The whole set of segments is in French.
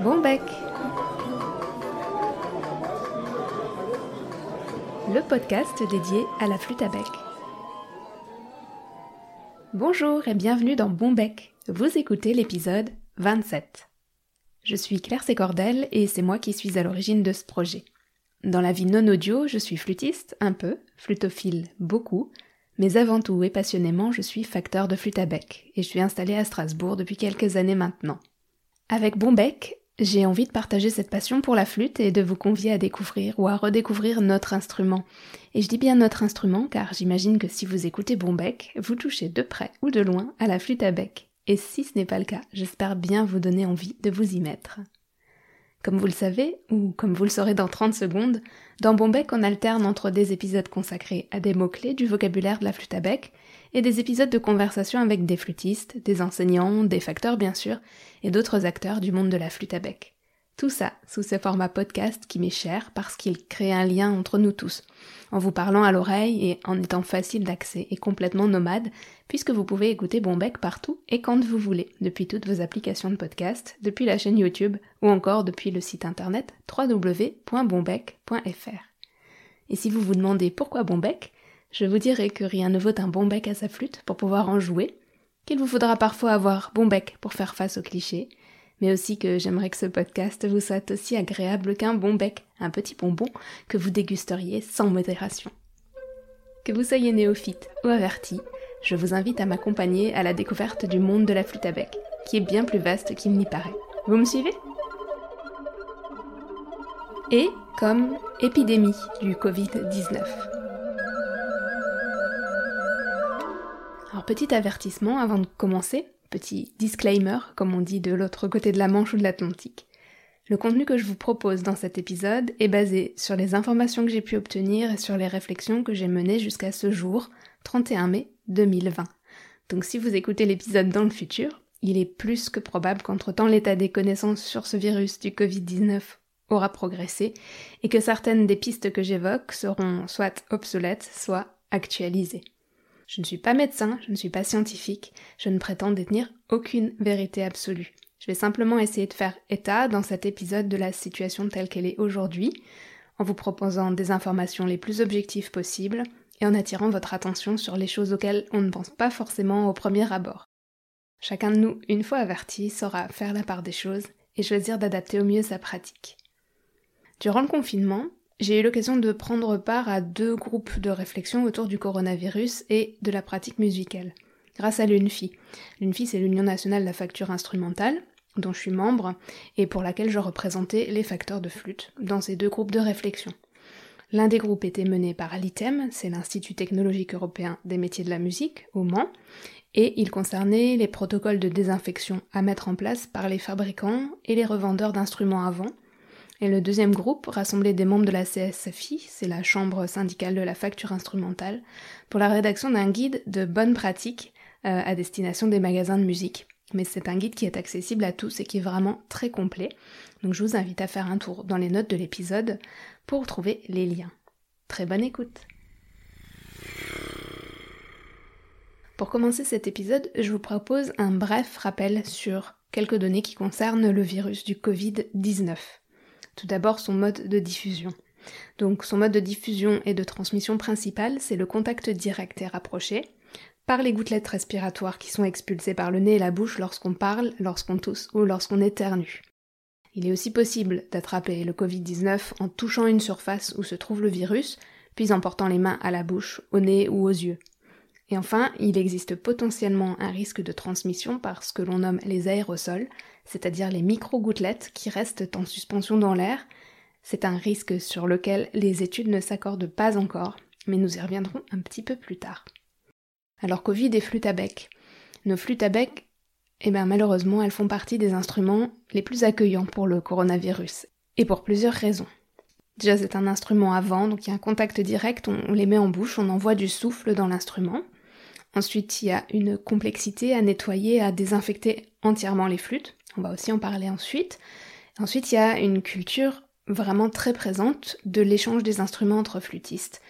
Bon bec, le podcast dédié à la flûte à bec. Bonjour et bienvenue dans Bon bec, vous écoutez l'épisode 27. Je suis Claire Sécordel et c'est moi qui suis à l'origine de ce projet. Dans la vie non audio, je suis flûtiste, un peu, flûtophile, beaucoup, mais avant tout et passionnément, je suis facteur de flûte à bec et je suis installée à Strasbourg depuis quelques années maintenant. Avec Bon bec, j'ai envie de partager cette passion pour la flûte et de vous convier à découvrir ou à redécouvrir notre instrument. Et je dis bien notre instrument car j'imagine que si vous écoutez Bon bec, vous touchez de près ou de loin à la flûte à bec. Et si ce n'est pas le cas, j'espère bien vous donner envie de vous y mettre. Comme vous le savez, ou comme vous le saurez dans 30 secondes, dans Bon bec on alterne entre des épisodes consacrés à des mots-clés du vocabulaire de la flûte à bec et des épisodes de conversation avec des flûtistes, des enseignants, des facteurs bien sûr, et d'autres acteurs du monde de la flûte à bec. Tout ça sous ce format podcast qui m'est cher parce qu'il crée un lien entre nous tous, en vous parlant à l'oreille et en étant facile d'accès et complètement nomade, puisque vous pouvez écouter Bon bec partout et quand vous voulez, depuis toutes vos applications de podcast, depuis la chaîne YouTube ou encore depuis le site internet www.bonbec.fr. Et si vous vous demandez pourquoi Bon bec, je vous dirai que rien ne vaut un bon bec à sa flûte pour pouvoir en jouer, qu'il vous faudra parfois avoir bon bec pour faire face aux clichés, mais aussi que j'aimerais que ce podcast vous soit aussi agréable qu'un bon bec, un petit bonbon que vous dégusteriez sans modération. Que vous soyez néophyte ou averti, je vous invite à m'accompagner à la découverte du monde de la flûte à bec, qui est bien plus vaste qu'il n'y paraît. Vous me suivez ? Et comme épidémie du Covid-19. Alors petit avertissement avant de commencer, petit disclaimer comme on dit de l'autre côté de la Manche ou de l'Atlantique. Le contenu que je vous propose dans cet épisode est basé sur les informations que j'ai pu obtenir et sur les réflexions que j'ai menées jusqu'à ce jour, 31 mai 2020. Donc si vous écoutez l'épisode dans le futur, il est plus que probable qu'entre-temps l'état des connaissances sur ce virus du Covid-19 aura progressé et que certaines des pistes que j'évoque seront soit obsolètes, soit actualisées. Je ne suis pas médecin, je ne suis pas scientifique, je ne prétends détenir aucune vérité absolue. Je vais simplement essayer de faire état dans cet épisode de la situation telle qu'elle est aujourd'hui, en vous proposant des informations les plus objectives possibles et en attirant votre attention sur les choses auxquelles on ne pense pas forcément au premier abord. Chacun de nous, une fois averti, saura faire la part des choses et choisir d'adapter au mieux sa pratique. Durant le confinement, j'ai eu l'occasion de prendre part à 2 groupes de réflexion autour du coronavirus et de la pratique musicale, grâce à l'UNFI. L'UNFI, c'est l'Union nationale de la facture instrumentale, dont je suis membre, et pour laquelle je représentais les facteurs de flûte dans ces 2 groupes de réflexion. L'un des groupes était mené par l'ITEM, c'est l'Institut technologique européen des métiers de la musique, au Mans, et il concernait les protocoles de désinfection à mettre en place par les fabricants et les revendeurs d'instruments avant. Et le deuxième groupe rassemblait des membres de la CSFI, c'est la chambre syndicale de la facture instrumentale, pour la rédaction d'un guide de bonnes pratiques à destination des magasins de musique. Mais c'est un guide qui est accessible à tous et qui est vraiment très complet. Donc je vous invite à faire un tour dans les notes de l'épisode pour trouver les liens. Très bonne écoute! Pour commencer cet épisode, je vous propose un bref rappel sur quelques données qui concernent le virus du Covid-19. Tout d'abord, son mode de diffusion. Donc son mode de diffusion et de transmission principal, c'est le contact direct et rapproché, par les gouttelettes respiratoires qui sont expulsées par le nez et la bouche lorsqu'on parle, lorsqu'on tousse ou lorsqu'on éternue. Il est aussi possible d'attraper le Covid-19 en touchant une surface où se trouve le virus, puis en portant les mains à la bouche, au nez ou aux yeux. Et enfin, il existe potentiellement un risque de transmission par ce que l'on nomme les aérosols, c'est-à-dire les micro-gouttelettes qui restent en suspension dans l'air. C'est un risque sur lequel les études ne s'accordent pas encore, mais nous y reviendrons un petit peu plus tard. Alors Covid et flûte à bec. Nos flûtes à bec, malheureusement, elles font partie des instruments les plus accueillants pour le coronavirus, et pour plusieurs raisons. Déjà, c'est un instrument à vent, donc il y a un contact direct, on les met en bouche, on envoie du souffle dans l'instrument. Ensuite, il y a une complexité à nettoyer, à désinfecter entièrement les flûtes. On va aussi en parler ensuite. Ensuite, il y a une culture vraiment très présente de l'échange des instruments entre flûtistes.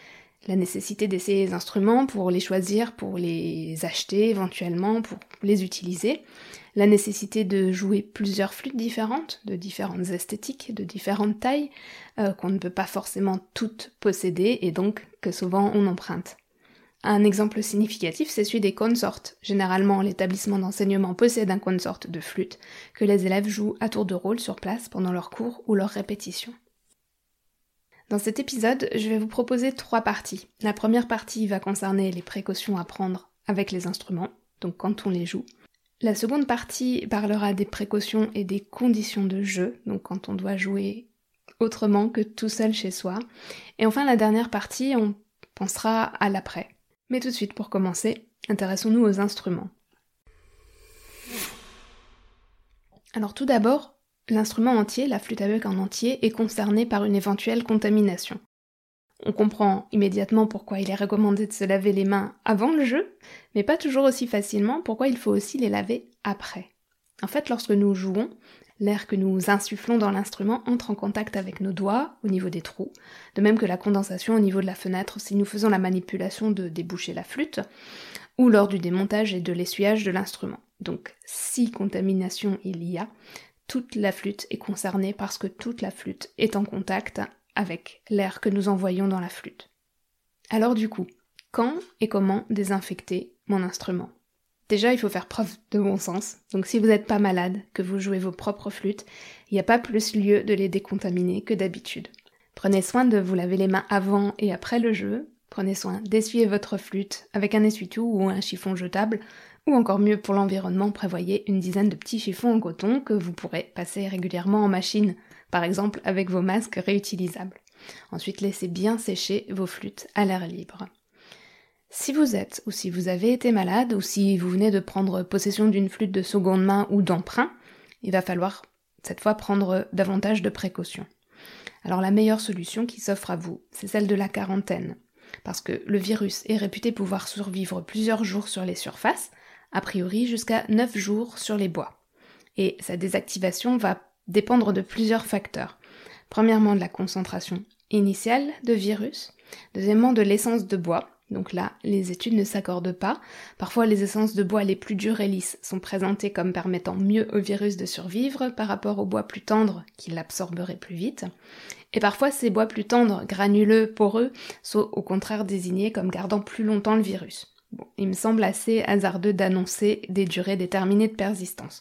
La nécessité d'essayer les instruments pour les choisir, pour les acheter éventuellement, pour les utiliser. La nécessité de jouer plusieurs flûtes différentes, de différentes esthétiques, de différentes tailles, qu'on ne peut pas forcément toutes posséder et donc que souvent on emprunte. Un exemple significatif, c'est celui des consorts. Généralement, l'établissement d'enseignement possède un consort de flûte que les élèves jouent à tour de rôle sur place pendant leurs cours ou leurs répétitions. Dans cet épisode, je vais vous proposer 3 parties. La première partie va concerner les précautions à prendre avec les instruments, donc quand on les joue. La seconde partie parlera des précautions et des conditions de jeu, donc quand on doit jouer autrement que tout seul chez soi. Et enfin, la dernière partie, on pensera à l'après. Mais tout de suite, pour commencer, intéressons-nous aux instruments. Alors tout d'abord, l'instrument entier, la flûte à bec en entier, est concerné par une éventuelle contamination. On comprend immédiatement pourquoi il est recommandé de se laver les mains avant le jeu, mais pas toujours aussi facilement pourquoi il faut aussi les laver après. En fait, lorsque nous jouons, l'air que nous insufflons dans l'instrument entre en contact avec nos doigts au niveau des trous, de même que la condensation au niveau de la fenêtre si nous faisons la manipulation de déboucher la flûte, ou lors du démontage et de l'essuyage de l'instrument. Donc, si contamination il y a, toute la flûte est concernée parce que toute la flûte est en contact avec l'air que nous envoyons dans la flûte. Alors du coup, quand et comment désinfecter mon instrument ? Déjà, il faut faire preuve de bon sens. Donc si vous n'êtes pas malade, que vous jouez vos propres flûtes, il n'y a pas plus lieu de les décontaminer que d'habitude. Prenez soin de vous laver les mains avant et après le jeu. Prenez soin d'essuyer votre flûte avec un essuie-tout ou un chiffon jetable, ou encore mieux pour l'environnement, prévoyez une dizaine de petits chiffons en coton que vous pourrez passer régulièrement en machine, par exemple avec vos masques réutilisables. Ensuite, laissez bien sécher vos flûtes à l'air libre. Si vous êtes, ou si vous avez été malade, ou si vous venez de prendre possession d'une flûte de seconde main ou d'emprunt, il va falloir cette fois prendre davantage de précautions. Alors la meilleure solution qui s'offre à vous, c'est celle de la quarantaine, parce que le virus est réputé pouvoir survivre plusieurs jours sur les surfaces, a priori jusqu'à 9 jours sur les bois. Et sa désactivation va dépendre de plusieurs facteurs. Premièrement, de la concentration initiale de virus. Deuxièmement, de l'essence de bois. Donc là, les études ne s'accordent pas. Parfois, les essences de bois les plus dures et lisses sont présentées comme permettant mieux au virus de survivre par rapport aux bois plus tendres qui l'absorberaient plus vite. Et parfois, ces bois plus tendres, granuleux, poreux, sont au contraire désignés comme gardant plus longtemps le virus. Bon, il me semble assez hasardeux d'annoncer des durées déterminées de persistance.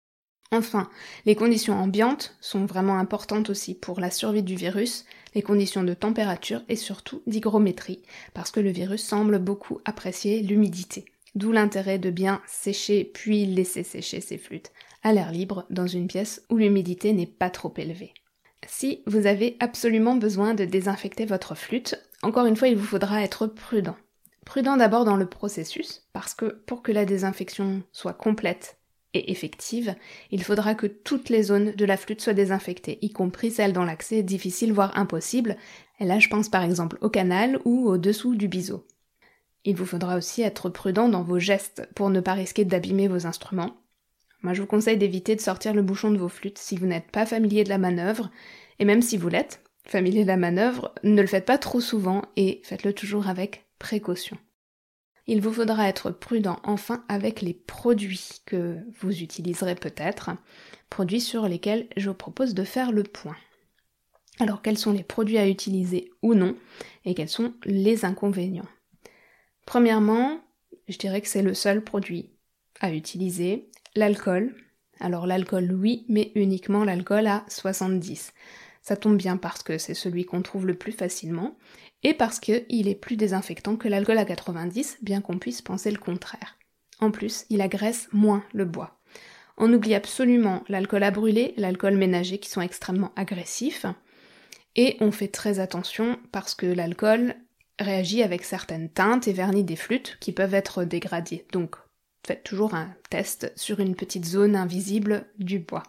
Enfin, les conditions ambiantes sont vraiment importantes aussi pour la survie du virus, les conditions de température et surtout d'hygrométrie, parce que le virus semble beaucoup apprécier l'humidité. D'où l'intérêt de bien sécher puis laisser sécher ses flûtes à l'air libre dans une pièce où l'humidité n'est pas trop élevée. Si vous avez absolument besoin de désinfecter votre flûte, encore une fois il vous faudra être prudent. Prudent d'abord dans le processus, parce que pour que la désinfection soit complète et effective, il faudra que toutes les zones de la flûte soient désinfectées, y compris celles dont l'accès est difficile voire impossible, et là je pense par exemple au canal ou au-dessous du biseau. Il vous faudra aussi être prudent dans vos gestes pour ne pas risquer d'abîmer vos instruments. Moi je vous conseille d'éviter de sortir le bouchon de vos flûtes si vous n'êtes pas familier de la manœuvre, et même si vous l'êtes, familier de la manœuvre, ne le faites pas trop souvent et faites-le toujours avec précaution. Il vous faudra être prudent enfin avec les produits que vous utiliserez peut-être, produits sur lesquels je vous propose de faire le point. Alors quels sont les produits à utiliser ou non, et quels sont les inconvénients ? Premièrement, je dirais que c'est le seul produit à utiliser, l'alcool. Alors l'alcool oui, mais uniquement l'alcool à 70. Ça tombe bien parce que c'est celui qu'on trouve le plus facilement, et parce qu'il est plus désinfectant que l'alcool à 90, bien qu'on puisse penser le contraire. En plus, il agresse moins le bois. On oublie absolument l'alcool à brûler, l'alcool ménager qui sont extrêmement agressifs, et on fait très attention parce que l'alcool réagit avec certaines teintes et vernis des flûtes qui peuvent être dégradées. Donc faites toujours un test sur une petite zone invisible du bois.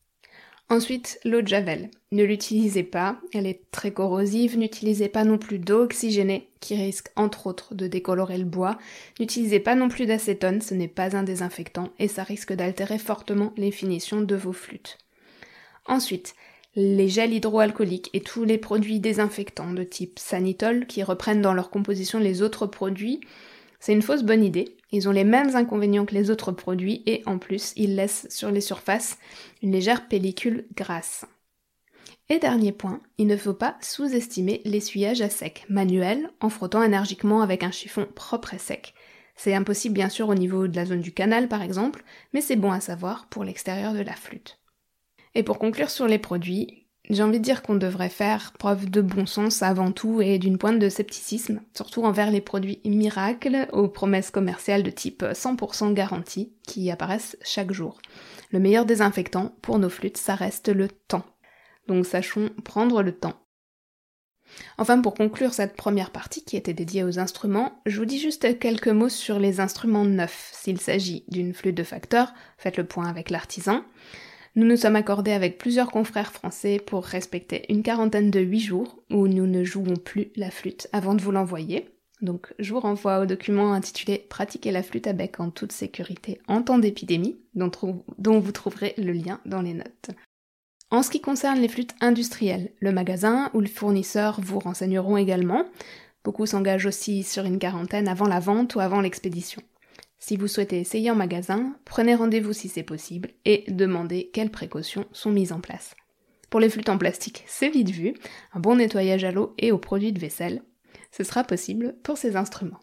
Ensuite, l'eau de javel. Ne l'utilisez pas, elle est très corrosive. N'utilisez pas non plus d'eau oxygénée, qui risque entre autres de décolorer le bois. N'utilisez pas non plus d'acétone, ce n'est pas un désinfectant, et ça risque d'altérer fortement les finitions de vos flûtes. Ensuite, les gels hydroalcooliques et tous les produits désinfectants de type Sanitol qui reprennent dans leur composition les autres produits, c'est une fausse bonne idée. Ils ont les mêmes inconvénients que les autres produits et en plus, ils laissent sur les surfaces une légère pellicule grasse. Et dernier point, il ne faut pas sous-estimer l'essuyage à sec, manuel, en frottant énergiquement avec un chiffon propre et sec. C'est impossible bien sûr au niveau de la zone du canal par exemple, mais c'est bon à savoir pour l'extérieur de la flûte. Et pour conclure sur les produits, j'ai envie de dire qu'on devrait faire preuve de bon sens avant tout et d'une pointe de scepticisme, surtout envers les produits miracles aux promesses commerciales de type 100% garantie qui apparaissent chaque jour. Le meilleur désinfectant pour nos flûtes, ça reste le temps. Donc sachons prendre le temps. Enfin, pour conclure cette première partie qui était dédiée aux instruments, je vous dis juste quelques mots sur les instruments neufs. S'il s'agit d'une flûte de facteur, faites le point avec l'artisan. Nous nous sommes accordés avec plusieurs confrères français pour respecter une quarantaine de 8 jours où nous ne jouons plus la flûte avant de vous l'envoyer. Donc je vous renvoie au document intitulé « Pratiquer la flûte à bec en toute sécurité en temps d'épidémie » dont vous trouverez le lien dans les notes. En ce qui concerne les flûtes industrielles, le magasin ou le fournisseur vous renseigneront également. Beaucoup s'engagent aussi sur une quarantaine avant la vente ou avant l'expédition. Si vous souhaitez essayer en magasin, prenez rendez-vous si c'est possible et demandez quelles précautions sont mises en place. Pour les flûtes en plastique, c'est vite vu, un bon nettoyage à l'eau et aux produits de vaisselle. Ce sera possible pour ces instruments.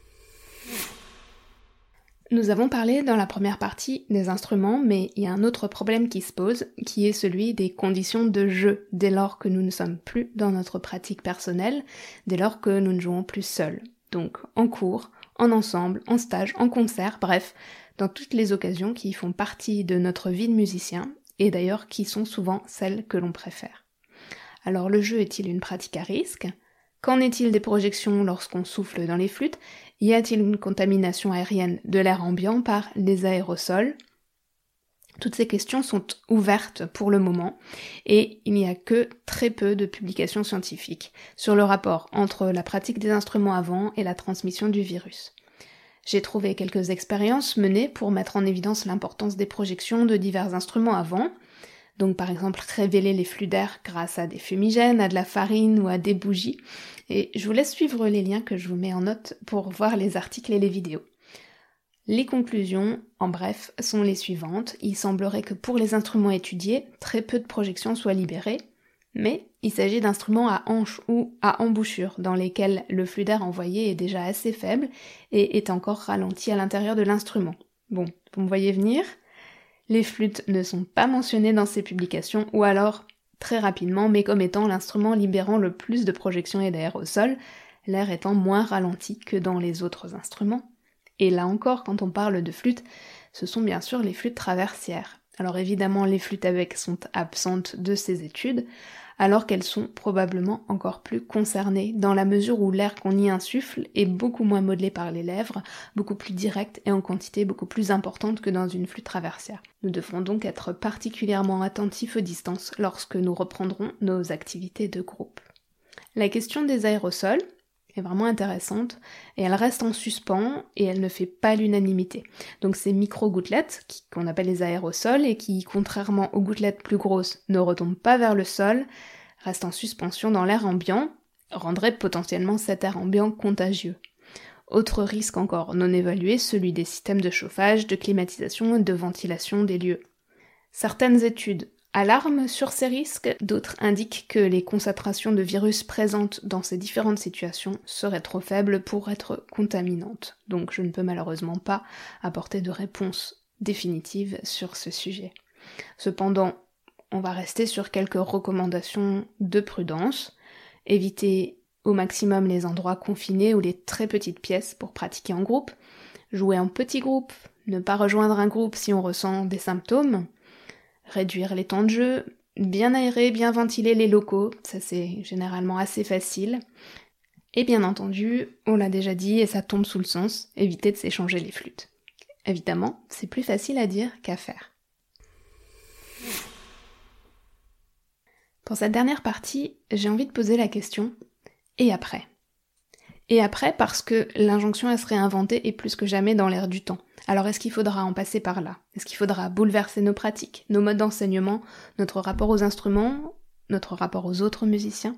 Nous avons parlé dans la première partie des instruments, mais il y a un autre problème qui se pose, qui est celui des conditions de jeu, dès lors que nous ne sommes plus dans notre pratique personnelle, dès lors que nous ne jouons plus seuls. Donc en cours, en ensemble, en stage, en concert, bref, dans toutes les occasions qui font partie de notre vie de musicien, et d'ailleurs qui sont souvent celles que l'on préfère. Alors le jeu est-il une pratique à risque ? Qu'en est-il des projections lorsqu'on souffle dans les flûtes ? Y a-t-il une contamination aérienne de l'air ambiant par les aérosols ? Toutes ces questions sont ouvertes pour le moment et il n'y a que très peu de publications scientifiques sur le rapport entre la pratique des instruments avant et la transmission du virus. J'ai trouvé quelques expériences menées pour mettre en évidence l'importance des projections de divers instruments avant. Donc par exemple révéler les flux d'air grâce à des fumigènes, à de la farine ou à des bougies. Et je vous laisse suivre les liens que je vous mets en note pour voir les articles et les vidéos. Les conclusions, en bref, sont les suivantes. Il semblerait que pour les instruments étudiés, très peu de projections soient libérées, mais il s'agit d'instruments à hanche ou à embouchure, dans lesquels le flux d'air envoyé est déjà assez faible et est encore ralenti à l'intérieur de l'instrument. Bon, vous me voyez venir ? Les flûtes ne sont pas mentionnées dans ces publications, ou alors très rapidement, mais comme étant l'instrument libérant le plus de projections et d'aérosols, l'air étant moins ralenti que dans les autres instruments. Et là encore, quand on parle de flûte, ce sont bien sûr les flûtes traversières. Alors évidemment, les flûtes à bec sont absentes de ces études, alors qu'elles sont probablement encore plus concernées, dans la mesure où l'air qu'on y insuffle est beaucoup moins modelé par les lèvres, beaucoup plus direct et en quantité beaucoup plus importante que dans une flûte traversière. Nous devrons donc être particulièrement attentifs aux distances lorsque nous reprendrons nos activités de groupe. La question des aérosols est vraiment intéressante et elle reste en suspens et elle ne fait pas l'unanimité. Donc ces micro-gouttelettes, qu'on appelle les aérosols et qui, contrairement aux gouttelettes plus grosses, ne retombent pas vers le sol, restent en suspension dans l'air ambiant, rendraient potentiellement cet air ambiant contagieux. Autre risque encore non évalué, celui des systèmes de chauffage, de climatisation et de ventilation des lieux. Certaines études alarment sur ces risques, d'autres indiquent que les concentrations de virus présentes dans ces différentes situations seraient trop faibles pour être contaminantes. Donc je ne peux malheureusement pas apporter de réponse définitive sur ce sujet. Cependant, on va rester sur quelques recommandations de prudence. Éviter au maximum les endroits confinés ou les très petites pièces pour pratiquer en groupe. Jouer en petits groupes, ne pas rejoindre un groupe si on ressent des symptômes. Réduire les temps de jeu, bien aérer, bien ventiler les locaux, ça c'est généralement assez facile. Et bien entendu, on l'a déjà dit et ça tombe sous le sens, éviter de s'échanger les flûtes. Évidemment, c'est plus facile à dire qu'à faire. Pour cette dernière partie, j'ai envie de poser la question « Et après ?» Et après parce que l'injonction à se réinventer est plus que jamais dans l'air du temps. Alors est-ce qu'il faudra en passer par là ? Est-ce qu'il faudra bouleverser nos pratiques, nos modes d'enseignement, notre rapport aux instruments ? notre rapport aux autres musiciens.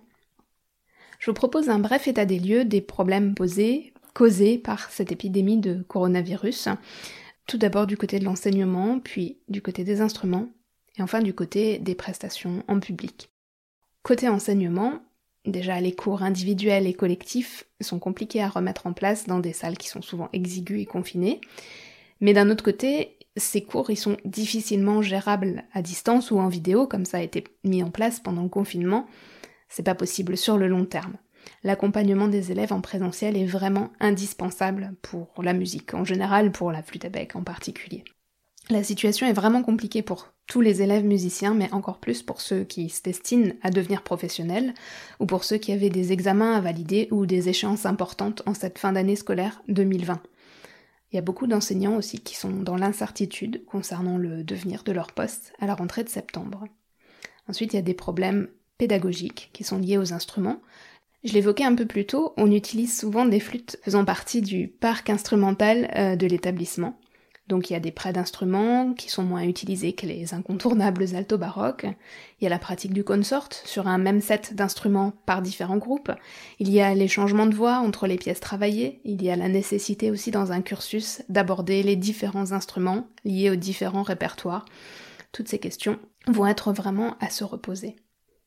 Je vous propose un bref état des lieux des problèmes causés par cette épidémie de coronavirus. Tout d'abord du côté de l'enseignement, puis du côté des instruments, et enfin du côté des prestations en public. Côté enseignement, déjà les cours individuels et collectifs sont compliqués à remettre en place dans des salles qui sont souvent exiguës et confinées, mais d'un autre côté, ces cours ils sont difficilement gérables à distance ou en vidéo, comme ça a été mis en place pendant le confinement. C'est pas possible sur le long terme. L'accompagnement des élèves en présentiel est vraiment indispensable pour la musique, en général pour la flûte à bec en particulier. La situation est vraiment compliquée pour tous les élèves musiciens, mais encore plus pour ceux qui se destinent à devenir professionnels, ou pour ceux qui avaient des examens à valider ou des échéances importantes en cette fin d'année scolaire 2020. Il y a beaucoup d'enseignants aussi qui sont dans l'incertitude concernant le devenir de leur poste à la rentrée de septembre. Ensuite, il y a des problèmes pédagogiques qui sont liés aux instruments. Je l'évoquais un peu plus tôt, on utilise souvent des flûtes faisant partie du parc instrumental de l'établissement. Donc il y a des prêts d'instruments qui sont moins utilisés que les incontournables altos baroques. Il y a la pratique du consort sur un même set d'instruments par différents groupes. Il y a les changements de voix entre les pièces travaillées. Il y a la nécessité aussi dans un cursus d'aborder les différents instruments liés aux différents répertoires. Toutes ces questions vont être vraiment à se reposer.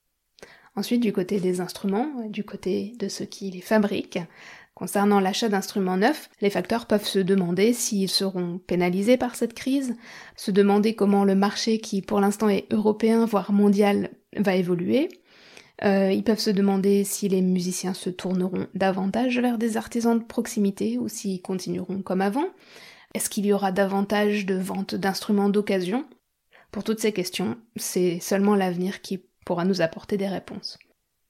Ensuite, du côté des instruments, du côté de ceux qui les fabriquent, concernant l'achat d'instruments neufs, les facteurs peuvent se demander s'ils seront pénalisés par cette crise, se demander comment le marché qui pour l'instant est européen, voire mondial, va évoluer. Ils peuvent se demander si les musiciens se tourneront davantage vers des artisans de proximité ou s'ils continueront comme avant. Est-ce qu'il y aura davantage de ventes d'instruments d'occasion ? Pour toutes ces questions, c'est seulement l'avenir qui pourra nous apporter des réponses.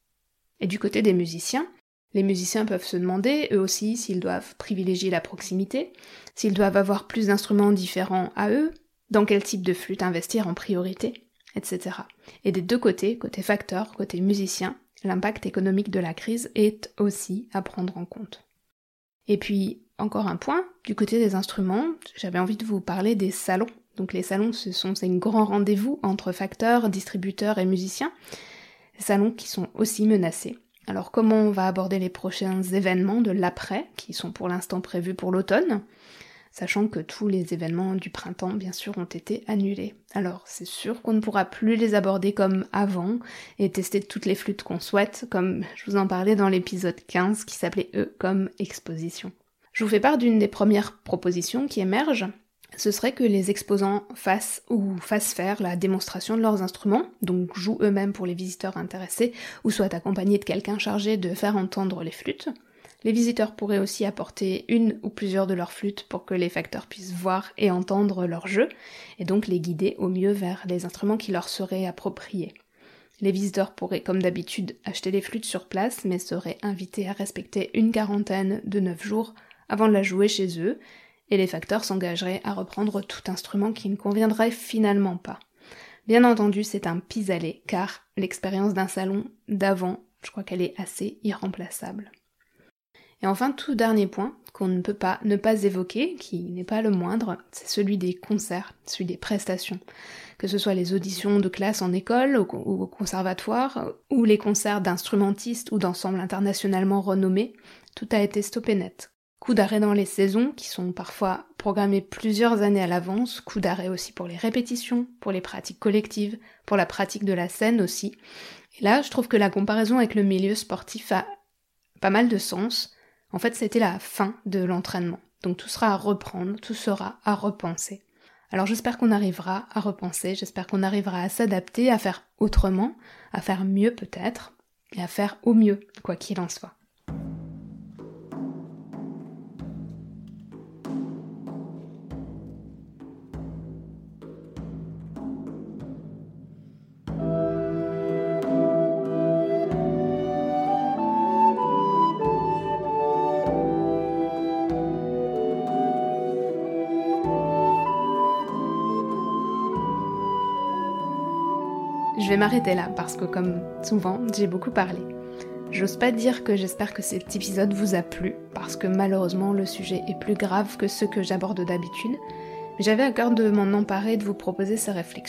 Et du côté des musiciens, les musiciens peuvent se demander, eux aussi, s'ils doivent privilégier la proximité, s'ils doivent avoir plus d'instruments différents à eux, dans quel type de flûte investir en priorité, etc. Et des deux côtés, côté facteur, côté musicien, l'impact économique de la crise est aussi à prendre en compte. Et puis, encore un point, du côté des instruments, j'avais envie de vous parler des salons. Donc les salons, c'est un grand rendez-vous entre facteurs, distributeurs et musiciens. Des salons qui sont aussi menacés. Alors comment on va aborder les prochains événements de l'après, qui sont pour l'instant prévus pour l'automne, sachant que tous les événements du printemps, bien sûr, ont été annulés. Alors c'est sûr qu'on ne pourra plus les aborder comme avant, et tester toutes les flûtes qu'on souhaite, comme je vous en parlais dans l'épisode 15, qui s'appelait comme exposition. Je vous fais part d'une des premières propositions qui émergent. Ce serait que les exposants fassent faire la démonstration de leurs instruments, donc jouent eux-mêmes pour les visiteurs intéressés, ou soient accompagnés de quelqu'un chargé de faire entendre les flûtes. Les visiteurs pourraient aussi apporter une ou plusieurs de leurs flûtes pour que les facteurs puissent voir et entendre leur jeu, et donc les guider au mieux vers les instruments qui leur seraient appropriés. Les visiteurs pourraient, comme d'habitude, acheter les flûtes sur place, mais seraient invités à respecter une quarantaine de 9 jours avant de la jouer chez eux, et les facteurs s'engageraient à reprendre tout instrument qui ne conviendrait finalement pas. Bien entendu, c'est un pis-aller, car l'expérience d'un salon d'avant, je crois qu'elle est assez irremplaçable. Et enfin, tout dernier point qu'on ne peut pas ne pas évoquer, qui n'est pas le moindre, c'est celui des concerts, celui des prestations. Que ce soit les auditions de classe en école ou au conservatoire, ou les concerts d'instrumentistes ou d'ensembles internationalement renommés, tout a été stoppé net. Coup d'arrêt dans les saisons, qui sont parfois programmées plusieurs années à l'avance, coup d'arrêt aussi pour les répétitions, pour les pratiques collectives, pour la pratique de la scène aussi. Et là, je trouve que la comparaison avec le milieu sportif a pas mal de sens. En fait, c'était la fin de l'entraînement. Donc tout sera à reprendre, tout sera à repenser. Alors j'espère qu'on arrivera à repenser, j'espère qu'on arrivera à s'adapter, à faire autrement, à faire mieux peut-être, et à faire au mieux, quoi qu'il en soit. Je vais m'arrêter là parce que comme souvent, j'ai beaucoup parlé. J'ose pas dire que j'espère que cet épisode vous a plu parce que malheureusement le sujet est plus grave que ceux que j'aborde d'habitude, mais j'avais à cœur de m'en emparer et de vous proposer ces réflexions.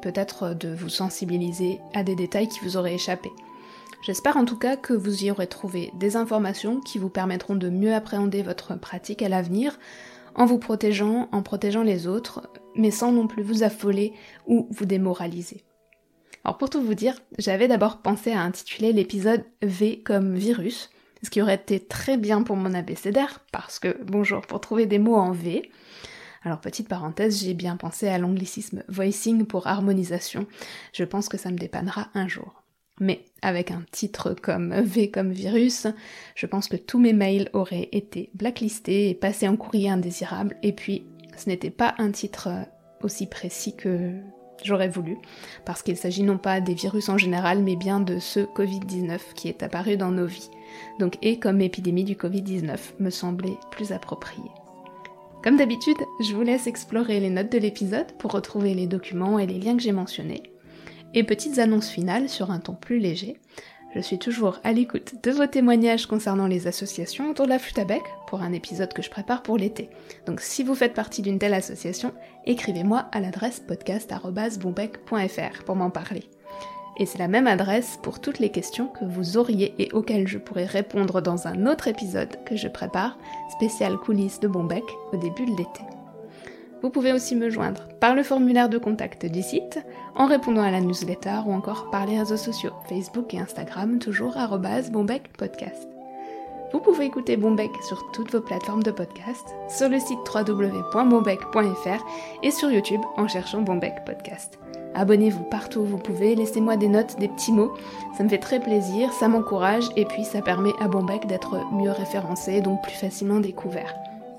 peut-être de vous sensibiliser à des détails qui vous auraient échappé. J'espère en tout cas que vous y aurez trouvé des informations qui vous permettront de mieux appréhender votre pratique à l'avenir, en vous protégeant, en protégeant les autres, mais sans non plus vous affoler ou vous démoraliser. Alors pour tout vous dire, j'avais d'abord pensé à intituler l'épisode V comme virus, ce qui aurait été très bien pour mon abécédaire, parce que, bonjour, pour trouver des mots en V. Alors petite parenthèse, j'ai bien pensé à l'anglicisme voicing pour harmonisation, je pense que ça me dépannera un jour. Mais avec un titre comme V comme virus, je pense que tous mes mails auraient été blacklistés et passés en courrier indésirable, et puis ce n'était pas un titre aussi précis que j'aurais voulu, parce qu'il s'agit non pas des virus en général, mais bien de ce Covid-19 qui est apparu dans nos vies. Donc et comme épidémie du Covid-19 me semblait plus approprié. Comme d'habitude, je vous laisse explorer les notes de l'épisode pour retrouver les documents et les liens que j'ai mentionnés. Et petites annonces finales sur un ton plus léger. Je suis toujours à l'écoute de vos témoignages concernant les associations autour de la flûte à bec pour un épisode que je prépare pour l'été. Donc si vous faites partie d'une telle association, écrivez-moi à l'adresse podcast@bombec.fr pour m'en parler. Et c'est la même adresse pour toutes les questions que vous auriez et auxquelles je pourrais répondre dans un autre épisode que je prépare, spécial coulisses de Bombec, au début de l'été. Vous pouvez aussi me joindre par le formulaire de contact du site, en répondant à la newsletter ou encore par les réseaux sociaux, Facebook et Instagram, toujours @bombecpodcast. Vous pouvez écouter Bombec sur toutes vos plateformes de podcast, sur le site www.bombec.fr et sur YouTube en cherchant Bombec Podcast. Abonnez-vous partout où vous pouvez, laissez-moi des notes, des petits mots, ça me fait très plaisir, ça m'encourage et puis ça permet à Bombec d'être mieux référencé, donc plus facilement découvert.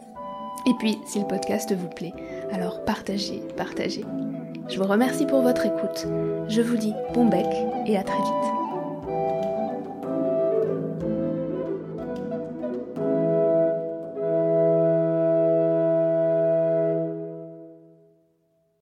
Et puis, si le podcast vous plaît, alors partagez. Je vous remercie pour votre écoute, je vous dis bon bec et à très vite.